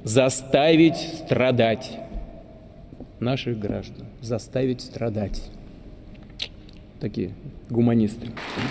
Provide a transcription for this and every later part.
заставить страдать наших граждан, заставить страдать. Такие гуманисты.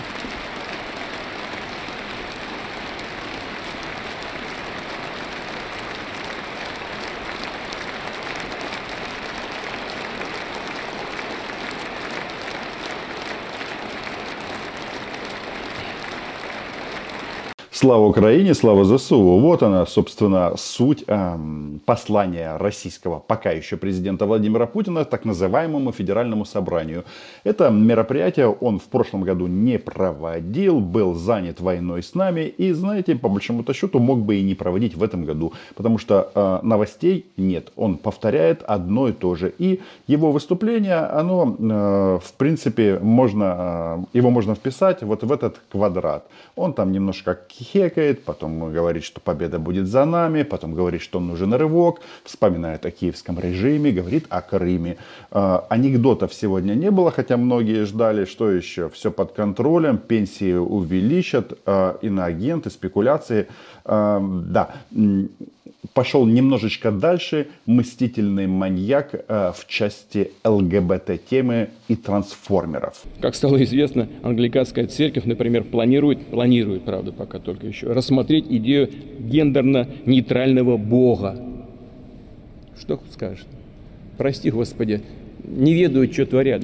Слава Украине, слава ЗСУ. Вот она, собственно, суть послания российского пока еще президента Владимира Путина так называемому Федеральному собранию. Это мероприятие он в прошлом году не проводил, был занят войной с нами и, знаете, по большому-то счету мог бы и не проводить в этом году, потому что новостей нет. Он повторяет одно и то же. И его выступление, оно, в принципе, его можно вписать вот в этот квадрат. Он там немножко хекает, потом говорит, что победа будет за нами, потом говорит, что нужен рывок, вспоминает о киевском режиме, говорит о Крыме. Анекдотов сегодня не было, хотя многие ждали, что еще? Все под контролем, пенсии увеличат, иноагенты, спекуляции. Да, пошел немножечко дальше мстительный маньяк в части ЛГБТ-темы и трансформеров. Как стало известно, англиканская церковь, например, планирует, правда, пока только еще, рассмотреть идею гендерно-нейтрального Бога. Что скажешь? Прости, Господи, не ведают, что творят.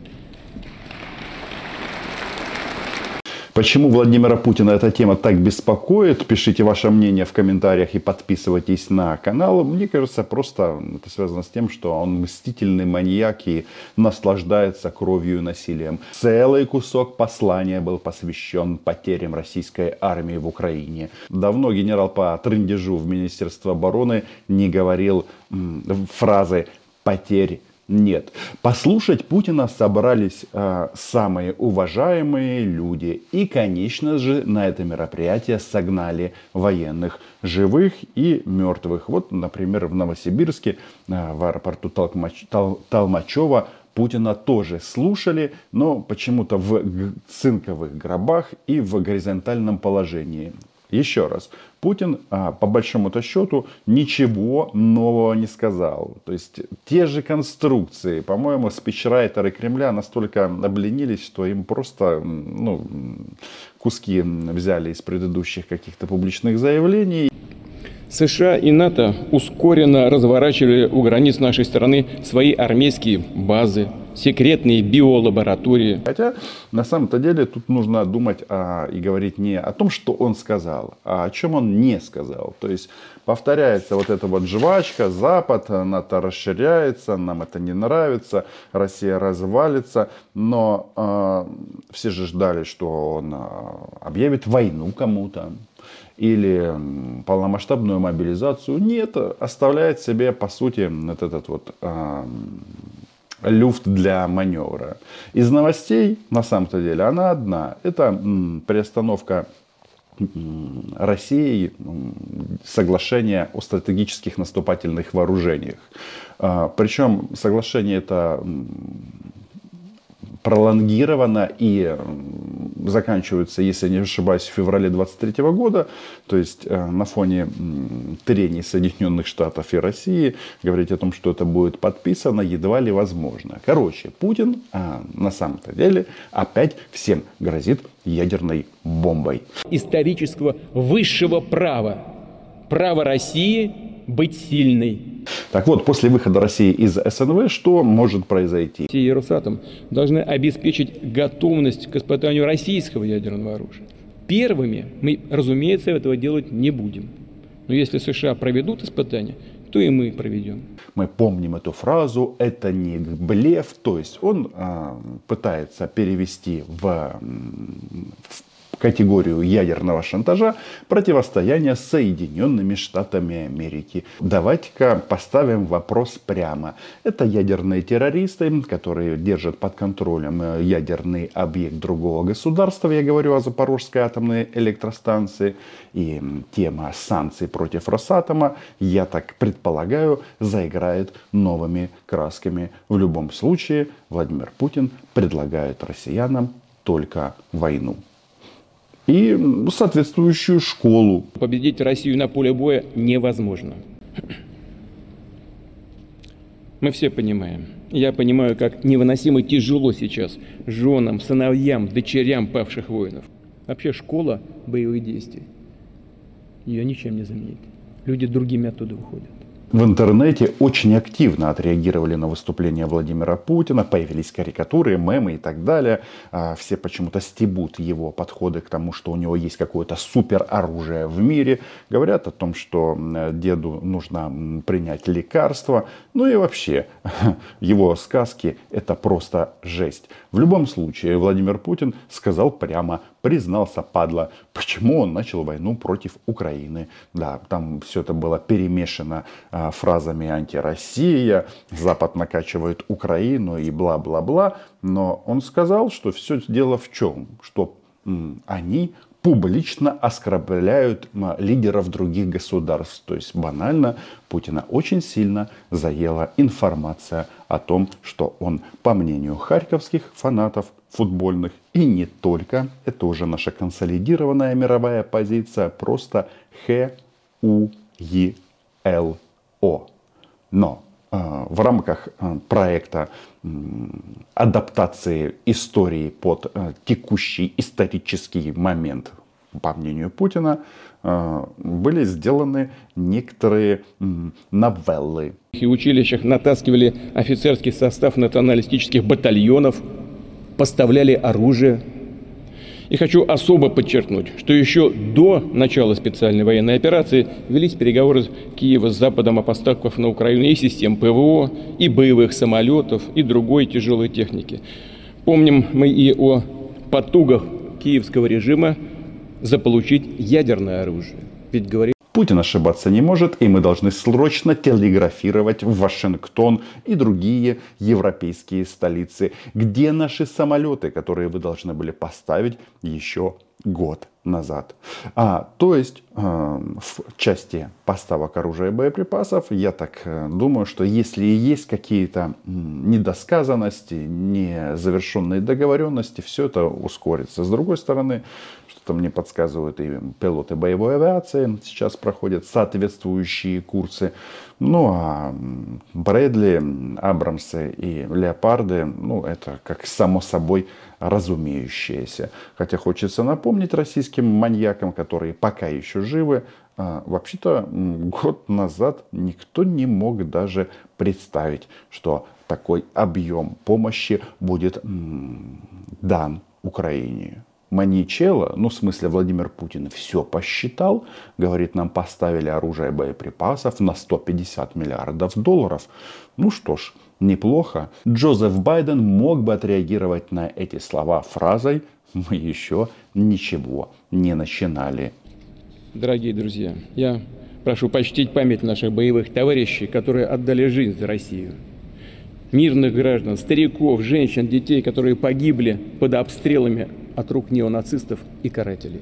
Почему Владимира Путина эта тема так беспокоит? Пишите ваше мнение в комментариях и подписывайтесь на канал. Мне кажется, просто это связано с тем, что он мстительный маньяк и наслаждается кровью и насилием. Целый кусок послания был посвящен потерям российской армии в Украине. Давно генерал по трындежу в Министерство обороны не говорил фразы «потерь нет». Послушать Путина собрались самые уважаемые люди. И, конечно же, на это мероприятие согнали военных, живых и мертвых. Вот, например, в Новосибирске, в аэропорту Толмачева, Путина тоже слушали, но почему-то в цинковых гробах и в горизонтальном положении. Еще раз, Путин, по большому-то счету, ничего нового не сказал. То есть, те же конструкции, по-моему, спичрайтеры Кремля настолько обленились, что им просто куски взяли из предыдущих каких-то публичных заявлений. США и НАТО ускоренно разворачивали у границ нашей страны свои армейские базы, секретные биолаборатории. Хотя, на самом-то деле, тут нужно думать и говорить не о том, что он сказал, а о чем он не сказал. То есть, повторяется вот эта вот жвачка: Запад, НАТО расширяется, нам это не нравится, Россия развалится. Но все же ждали, что он объявит войну кому-то или полномасштабную мобилизацию. Нет, оставляет себе, по сути, вот этот вот люфт для маневра. Из новостей, на самом-то деле, она одна. Это приостановка России соглашения о стратегических наступательных вооружениях. Причем соглашение это пролонгировано и заканчивается, если не ошибаюсь, в феврале 2023 года. То есть на фоне трений Соединенных Штатов и России говорить о том, что это будет подписано, едва ли возможно. Короче, Путин на самом-то деле опять всем грозит ядерной бомбой. Исторического высшего права. Право России быть сильной. Так вот, после выхода России из СНВ, что может произойти? Россия и Росатом должны обеспечить готовность к испытанию российского ядерного оружия. Первыми мы, разумеется, этого делать не будем. Но если США проведут испытания, то и мы проведем. Мы помним эту фразу, это не блеф. То есть он пытается перевести в категорию ядерного шантажа противостояние с Соединенными Штатами Америки. Давайте-ка поставим вопрос прямо. Это ядерные террористы, которые держат под контролем ядерный объект другого государства. Я говорю о Запорожской атомной электростанции. И тема санкций против Росатома, я так предполагаю, заиграет новыми красками. В любом случае, Владимир Путин предлагает россиянам только войну. И соответствующую школу. Победить Россию на поле боя невозможно. Мы все понимаем. Я понимаю, как невыносимо тяжело сейчас женам, сыновьям, дочерям павших воинов. Вообще школа боевых действий ее ничем не заменит. Люди другими оттуда выходят. В интернете очень активно отреагировали на выступление Владимира Путина, появились карикатуры, мемы и так далее. Все почему-то стебут его подходы к тому, что у него есть какое-то супероружие в мире. Говорят о том, что деду нужно принять лекарство. Ну и вообще, его сказки — это просто жесть. В любом случае, Владимир Путин сказал прямо, признался, падла, почему он начал войну против Украины. Да, там все это было перемешано фразами «антироссия», «Запад накачивает Украину» и бла-бла-бла. Но он сказал, что все дело в чем? Что они публично оскорбляют лидеров других государств. То есть банально Путина очень сильно заела информация о том, что он, по мнению харьковских фанатов футбольных, и не только, это уже наша консолидированная мировая позиция, просто ХУЕЛО. Но в рамках проекта адаптации истории под текущий исторический момент, по мнению Путина, были сделаны некоторые новеллы. И в училищах натаскивали офицерский состав националистических батальонов, поставляли оружие. И хочу особо подчеркнуть, что еще до начала специальной военной операции велись переговоры Киева с Западом о поставках на Украину и систем ПВО, и боевых самолетов, и другой тяжелой техники. Помним мы и о потугах киевского режима заполучить ядерное оружие. Ведь говорили... Путин ошибаться не может, и мы должны срочно телеграфировать в Вашингтон и другие европейские столицы. Где наши самолеты, которые вы должны были поставить еще год назад? То есть в части поставок оружия и боеприпасов, я так думаю, что если и есть какие-то недосказанности, незавершенные договоренности, все это ускорится. С другой стороны, что мне подсказывают и пилоты боевой авиации сейчас проходят соответствующие курсы. Ну а Брэдли, Абрамсы и Леопарды, это как само собой разумеющееся. Хотя хочется напомнить российским маньякам, которые пока еще живы, вообще-то год назад никто не мог даже представить, что такой объем помощи будет дан Украине. Маньячелло, в смысле Владимир Путин, все посчитал. Говорит, нам поставили оружие и боеприпасов на 150 миллиардов долларов. Ну что ж, неплохо. Джозеф Байден мог бы отреагировать на эти слова фразой «Мы еще ничего не начинали». Дорогие друзья, я прошу почтить память наших боевых товарищей, которые отдали жизнь за Россию. Мирных граждан, стариков, женщин, детей, которые погибли под обстрелами от рук неонацистов и карателей.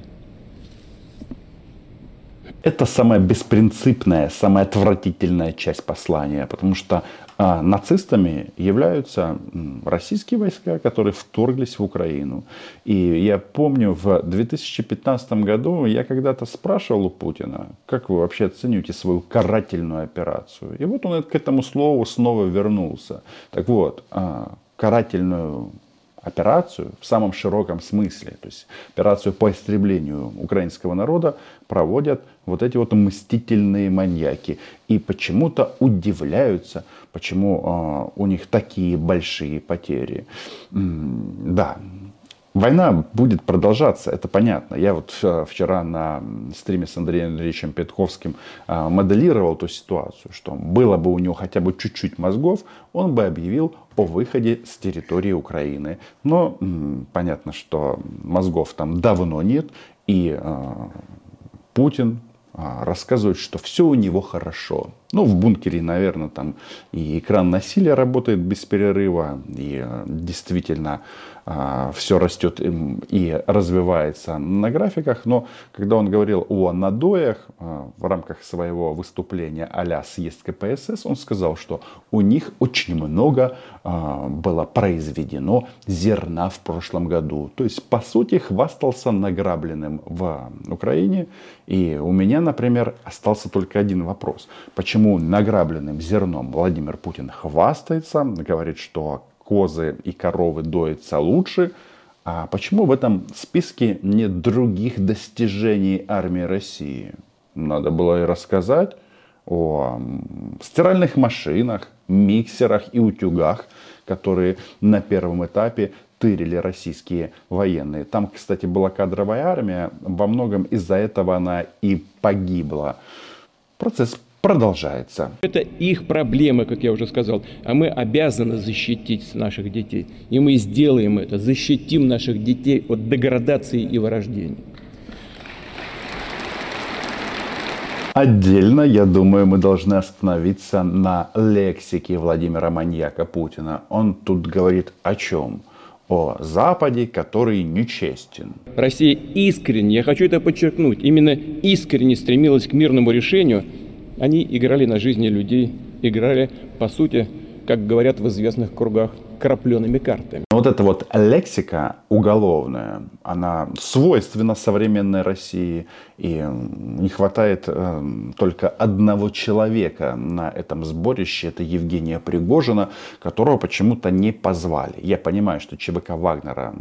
Это самая беспринципная, самая отвратительная часть послания, потому что нацистами являются российские войска, которые вторглись в Украину. И я помню, в 2015 году я когда-то спрашивал у Путина, как вы вообще оцениваете свою карательную операцию. И вот он к этому слову снова вернулся. Так вот, карательную операцию в самом широком смысле, то есть операцию по истреблению украинского народа, проводят вот эти вот мстительные маньяки. И почему-то удивляются, почему у них такие большие потери. Да, война будет продолжаться, это понятно. Я вот вчера на стриме с Андреем Андреевичем Петковским моделировал ту ситуацию, что было бы у него хотя бы чуть-чуть мозгов, он бы объявил о выходе с территории Украины. Но понятно, что мозгов там давно нет, и Путин рассказывает, что все у него хорошо. В бункере, наверное, там и экран носителя работает без перерыва, и действительно все растет и развивается на графиках. Но когда он говорил о надоях в рамках своего выступления а-ля съезд КПСС, он сказал, что у них очень много было произведено зерна в прошлом году. То есть, по сути, хвастался награбленным в Украине. И у меня, например, остался только один вопрос. Почему награбленным зерном Владимир Путин хвастается, говорит, что козы и коровы доятся лучше, а почему в этом списке нет других достижений армии России? Надо было и рассказать о стиральных машинах, миксерах и утюгах, которые на первом этапе тырили российские военные. Там, кстати, была кадровая армия. Во многом из-за этого она и погибла. Процесс продолжается. Это их проблемы, как я уже сказал. А мы обязаны защитить наших детей. И мы сделаем это. Защитим наших детей от деградации и вырождения. Отдельно, я думаю, мы должны остановиться на лексике Владимира Маньяка Путина. Он тут говорит о чем? О Западе, который нечестен. Россия искренне, я хочу это подчеркнуть, именно искренне стремилась к мирному решению. Они играли на жизни людей, играли, по сути, как говорят в известных кругах, крапленными картами. Вот эта вот лексика уголовная, она свойственна современной России. И не хватает только одного человека на этом сборище. Это Евгения Пригожина, которого почему-то не позвали. Я понимаю, что ЧВК Вагнера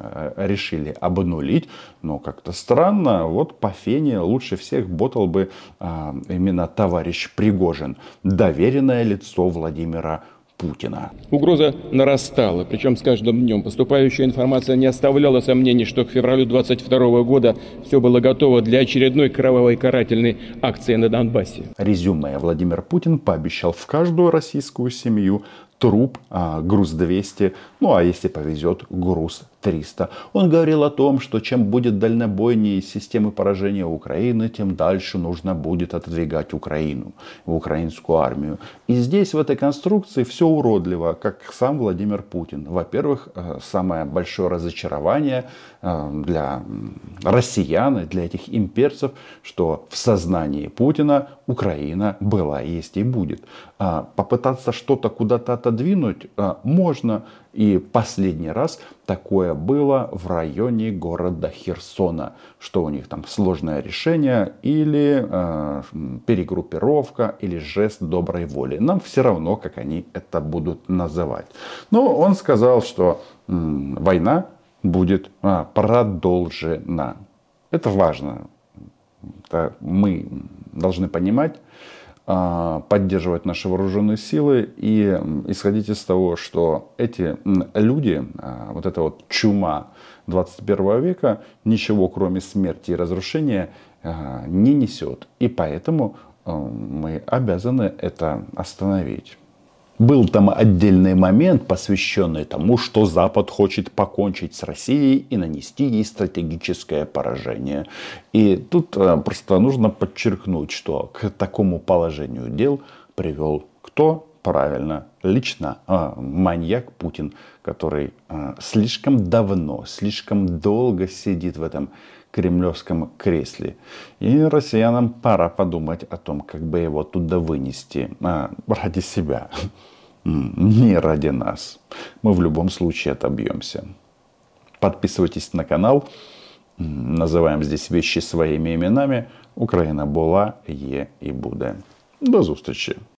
решили обнулить. Но как-то странно. Вот по фене лучше всех ботал бы именно товарищ Пригожин. Доверенное лицо Владимира Путина. Угроза нарастала, причем с каждым днем. Поступающая информация не оставляла сомнений, что к февралю 2022 года все было готово для очередной кровавой карательной акции на Донбассе. Резюме. Владимир Путин пообещал в каждую российскую семью труп, груз-200, ну а если повезет, груз-300. Он говорил о том, что чем будет дальнобойнее системы поражения Украины, тем дальше нужно будет отодвигать Украину, украинскую армию. И здесь в этой конструкции все уродливо, как сам Владимир Путин. Во-первых, самое большое разочарование для россиян, для этих имперцев, что в сознании Путина Украина была, есть и будет. Попытаться что-то куда-то отодвинуть можно. И последний раз такое было в районе города Херсона. Что у них там сложное решение или перегруппировка или жест доброй воли. Нам все равно, как они это будут называть. Но он сказал, что война будет продолжена. Это важно. Это мы должны понимать, поддерживать наши вооруженные силы и исходить из того, что эти люди, вот эта вот чума 21 века, ничего кроме смерти и разрушения не несет. И поэтому мы обязаны это остановить. Был там отдельный момент, посвященный тому, что Запад хочет покончить с Россией и нанести ей стратегическое поражение. И тут просто нужно подчеркнуть, что к такому положению дел привел кто? Правильно, лично маньяк Путин, который слишком давно, слишком долго сидит в этом кремлевском кресле. И россиянам пора подумать о том, как бы его туда вынести ради себя, не ради нас. Мы в любом случае отобьемся. Подписывайтесь на канал. Называем здесь вещи своими именами. Україна була, є і буде. До зустрічі.